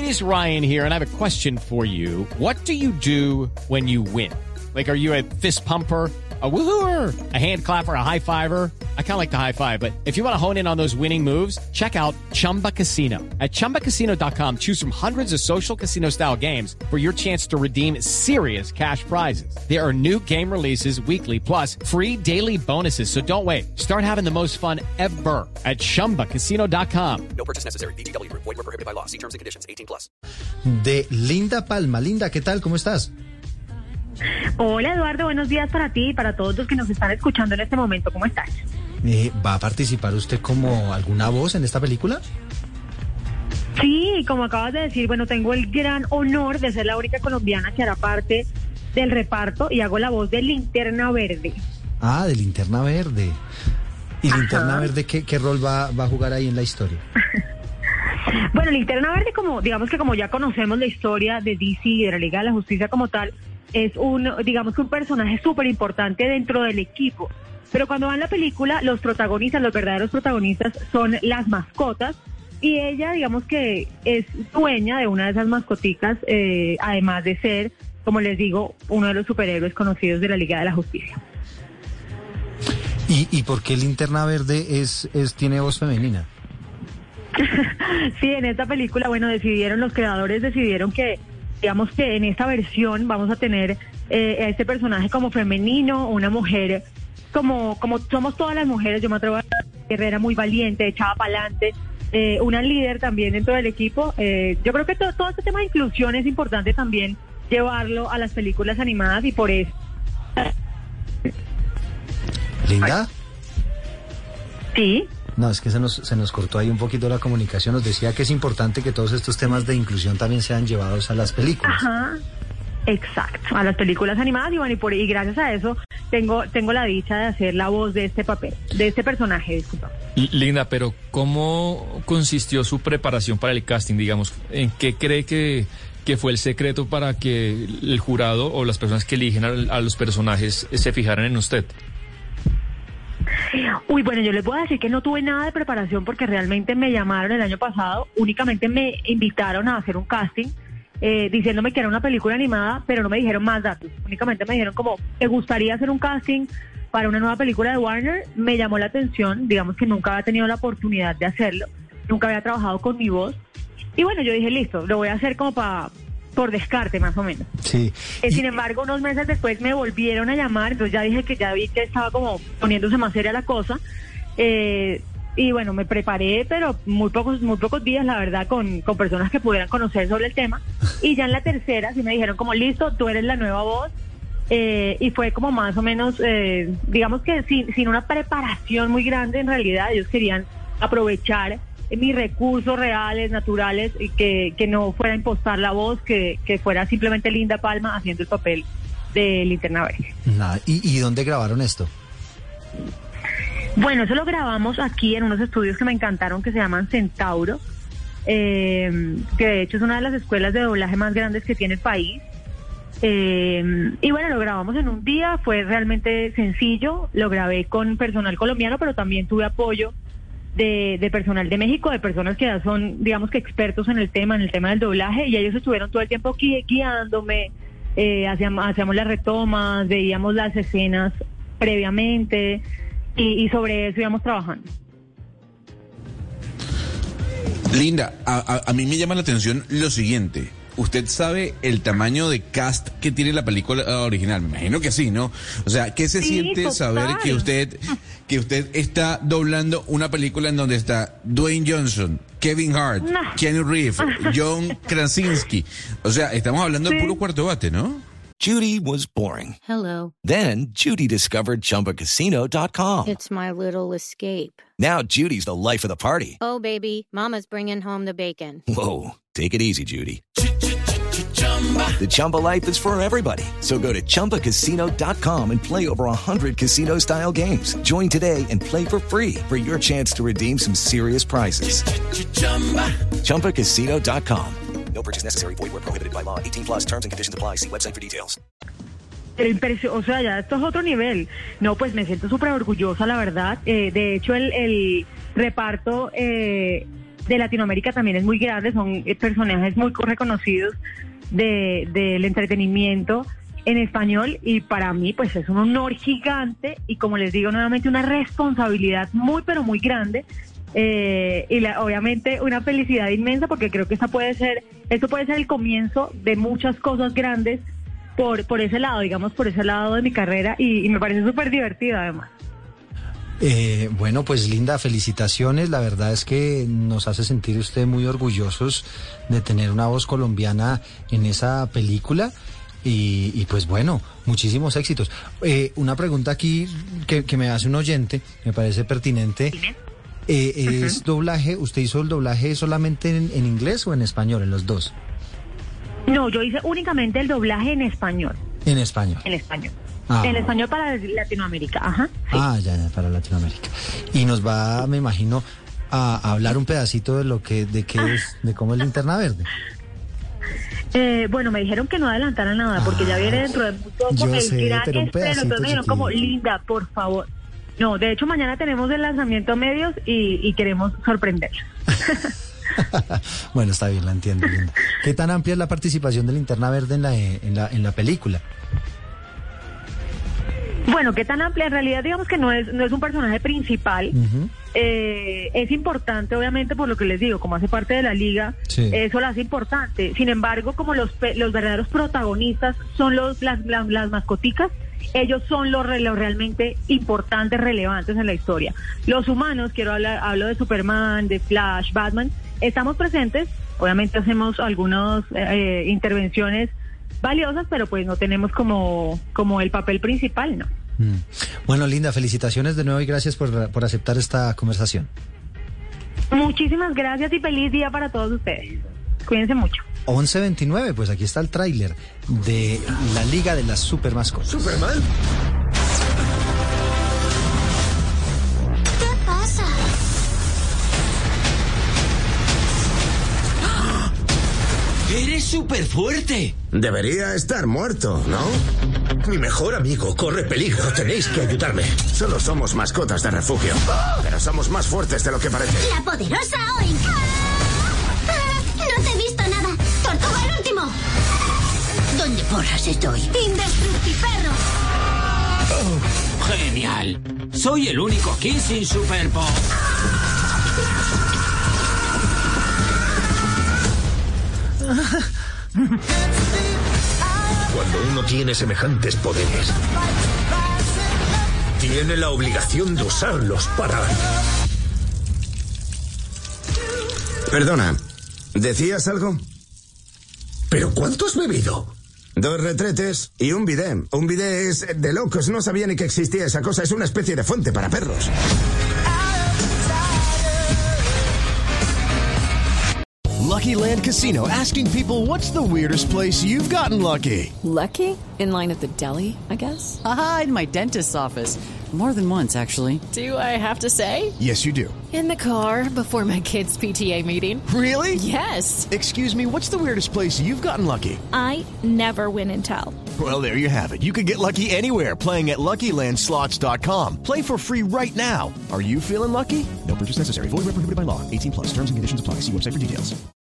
It is Ryan here, and I have a question for you. What do you do when you win? Like, are you a fist pumper, a woohooer, a hand clapper, a high fiver? I kind of like the high five, but if you want to hone in on those winning moves, check out Chumba Casino. At ChumbaCasino.com, choose from hundreds of social casino-style games for your chance to redeem serious cash prizes. There are new game releases weekly, plus free daily bonuses. So don't wait. Start having the most fun ever at ChumbaCasino.com. No purchase necessary. VGW Group. Void where prohibited by law. See terms and conditions. 18+. De Linda Palma. Linda, ¿qué tal? ¿Cómo estás? Hola Eduardo, buenos días para ti y para todos los que nos están escuchando en este momento. ¿Cómo estás? ¿Va a participar usted como alguna voz en esta película? Sí, como acabas de decir, bueno, tengo el gran honor de ser la única colombiana que hará parte del reparto y hago la voz de Linterna Verde. Ah, de Linterna Verde. ¿Y Linterna Verde qué rol va a jugar ahí en la historia? Bueno, Linterna Verde, como digamos que como ya conocemos la historia de DC y de la Liga de la Justicia como tal, es un personaje súper importante dentro del equipo. Pero cuando van la película, los protagonistas, los verdaderos protagonistas son las mascotas, y ella, digamos que es dueña de una de esas mascoticas, además de ser, como les digo, uno de los superhéroes conocidos de la Liga de la Justicia. ¿Y por qué Linterna Verde tiene voz femenina? Sí, en esta película, bueno, los creadores decidieron que, digamos que en esta versión vamos a tener a este personaje como femenino, una mujer como somos todas las mujeres, yo me atrevo a decir, guerrera, muy valiente, echada para adelante, una líder también dentro del equipo. Yo creo que todo este tema de inclusión es importante también llevarlo a las películas animadas, y por eso... ¿Linda? Sí. No, es que se nos cortó ahí un poquito la comunicación. Nos decía que es importante que todos estos temas de inclusión también sean llevados a las películas. Ajá, exacto, a las películas animadas, y bueno, y gracias a eso tengo la dicha de hacer la voz de este papel, de este personaje, disculpa. Linda, pero ¿cómo consistió su preparación para el casting? Digamos, ¿en qué cree que fue el secreto para que el jurado o las personas que eligen a los personajes se fijaran en usted? Uy, bueno, yo les puedo decir que no tuve nada de preparación, porque realmente me llamaron el año pasado, únicamente me invitaron a hacer un casting, diciéndome que era una película animada, pero no me dijeron más datos, únicamente me dijeron como, ¿te gustaría hacer un casting para una nueva película de Warner? Me llamó la atención, digamos que nunca había tenido la oportunidad de hacerlo, nunca había trabajado con mi voz, y bueno, yo dije, listo, lo voy a hacer como por descarte, más o menos. Sí. Sin embargo, unos meses después me volvieron a llamar, entonces ya vi que estaba como poniéndose más seria la cosa, y bueno, me preparé, pero muy pocos días, la verdad, con personas que pudieran conocer sobre el tema, y ya en la tercera sí me dijeron como, listo, tú eres la nueva voz, y fue como más o menos, digamos que sin una preparación muy grande, en realidad ellos querían aprovechar mis recursos reales, naturales, y que no fuera a impostar la voz, que fuera simplemente Linda Palma haciendo el papel de Linterna Verde. Nada. ¿Y dónde grabaron esto? Bueno, eso lo grabamos aquí en unos estudios que me encantaron, que se llaman Centauro, que de hecho es una de las escuelas de doblaje más grandes que tiene el país. Y bueno, lo grabamos en un día, fue realmente sencillo, lo grabé con personal colombiano, pero también tuve apoyo de personal de México, de personas que ya son, digamos que expertos en el tema del doblaje, y ellos estuvieron todo el tiempo guiándome, hacíamos las retomas, veíamos las escenas previamente, y sobre eso íbamos trabajando. Linda, a mí me llama la atención lo siguiente. ¿Usted sabe el tamaño de cast que tiene la película original? Me imagino que sí, ¿no? O sea, ¿qué se siente total. saber que usted está doblando una película en donde está Dwayne Johnson, Kevin Hart, Keanu Reeves, John Krasinski? O sea, estamos hablando de puro cuarto bate, ¿no? Judy was boring. Hello. Then Judy discovered ChumbaCasino.com. It's my little escape. Now Judy's the life of the party. Oh, baby, mama's bringing home the bacon. Whoa, take it easy, Judy. The Chumba life is for everybody. So go to ChumbaCasino.com and play over 100 casino-style games. Join today and play for free for your chance to redeem some serious prizes. ChumbaCasino.com. No purchase necessary. Void where prohibited by law. 18+. Terms and conditions apply. See website for details. O sea, ya esto es otro nivel. No, pues me siento súper orgullosa, la verdad. De hecho, el reparto de Latinoamérica también es muy grande, son personajes muy reconocidos del entretenimiento en español, y para mí pues es un honor gigante y, como les digo nuevamente, una responsabilidad muy pero muy grande, y obviamente una felicidad inmensa, porque creo que esto puede ser el comienzo de muchas cosas grandes por ese lado, digamos, por ese lado de mi carrera, y me parece súper divertido además. Bueno, pues Linda, felicitaciones. La verdad es que nos hace sentir usted muy orgullosos de tener una voz colombiana en esa película. Y pues bueno, muchísimos éxitos. Una pregunta aquí que me hace un oyente, me parece pertinente. ¿Es doblaje? ¿Usted hizo el doblaje solamente en inglés o en español, en los dos? No, yo hice únicamente el doblaje en español. En español. En español. Ah. En español para Latinoamérica, ajá. Sí. Ya, para Latinoamérica. Y nos va, me imagino, a hablar un pedacito de cómo es Linterna Verde. Bueno, me dijeron que no adelantara nada, porque ya viene dentro de muy poco yo el sé, gran pero un estreno. Entonces me dijeron como, Linda, por favor. No, de hecho mañana tenemos el lanzamiento a medios y queremos sorprenderlos. Bueno, está bien, la entiendo, Linda. ¿Qué tan amplia es la participación de Linterna Verde en la película? Bueno, ¿qué tan amplia? En realidad, digamos que no es un personaje principal. Uh-huh. Es importante, obviamente, por lo que les digo, como hace parte de la liga, sí. Eso lo hace importante. Sin embargo, como los verdaderos protagonistas son las mascoticas, ellos son los realmente importantes, relevantes en la historia. Los humanos, hablo de Superman, de Flash, Batman, estamos presentes, obviamente hacemos algunas intervenciones valiosas, pero pues no tenemos como el papel principal, ¿no? Bueno, Linda, felicitaciones de nuevo y gracias por aceptar esta conversación. Muchísimas gracias y feliz día para todos ustedes. Cuídense mucho. 11:29, pues aquí está el tráiler de la Liga de las Super Mascotas. ¿Superman? ¿Qué pasa? ¡Eres súper fuerte! Debería estar muerto, ¿no? Mi mejor amigo corre peligro. Tenéis que ayudarme. Solo somos mascotas de refugio, pero somos más fuertes de lo que parece. ¡La poderosa Oink! No te he visto nada. ¡Tortuga el último! ¿Dónde porras estoy? ¡Indestructiperro! Oh, ¡genial! Soy el único aquí sin Superpop. Cuando uno tiene semejantes poderes, tiene la obligación de usarlos para... Perdona, ¿decías algo? ¿Pero cuánto has bebido? 2 retretes y un bidé. Un bidé es de locos, no sabía ni que existía esa cosa, es una especie de fuente para perros. Lucky Land Casino, asking people, what's the weirdest place you've gotten lucky? Lucky? In line at the deli, I guess? Aha, in my dentist's office. More than once, actually. Do I have to say? Yes, you do. In the car before my kids' PTA meeting. Really? Yes. Excuse me, what's the weirdest place you've gotten lucky? I never win and tell. Well, there you have it. You can get lucky anywhere, playing at LuckyLandSlots.com. Play for free right now. Are you feeling lucky? No purchase necessary. Void where prohibited by law. 18+. Terms and conditions apply. See website for details.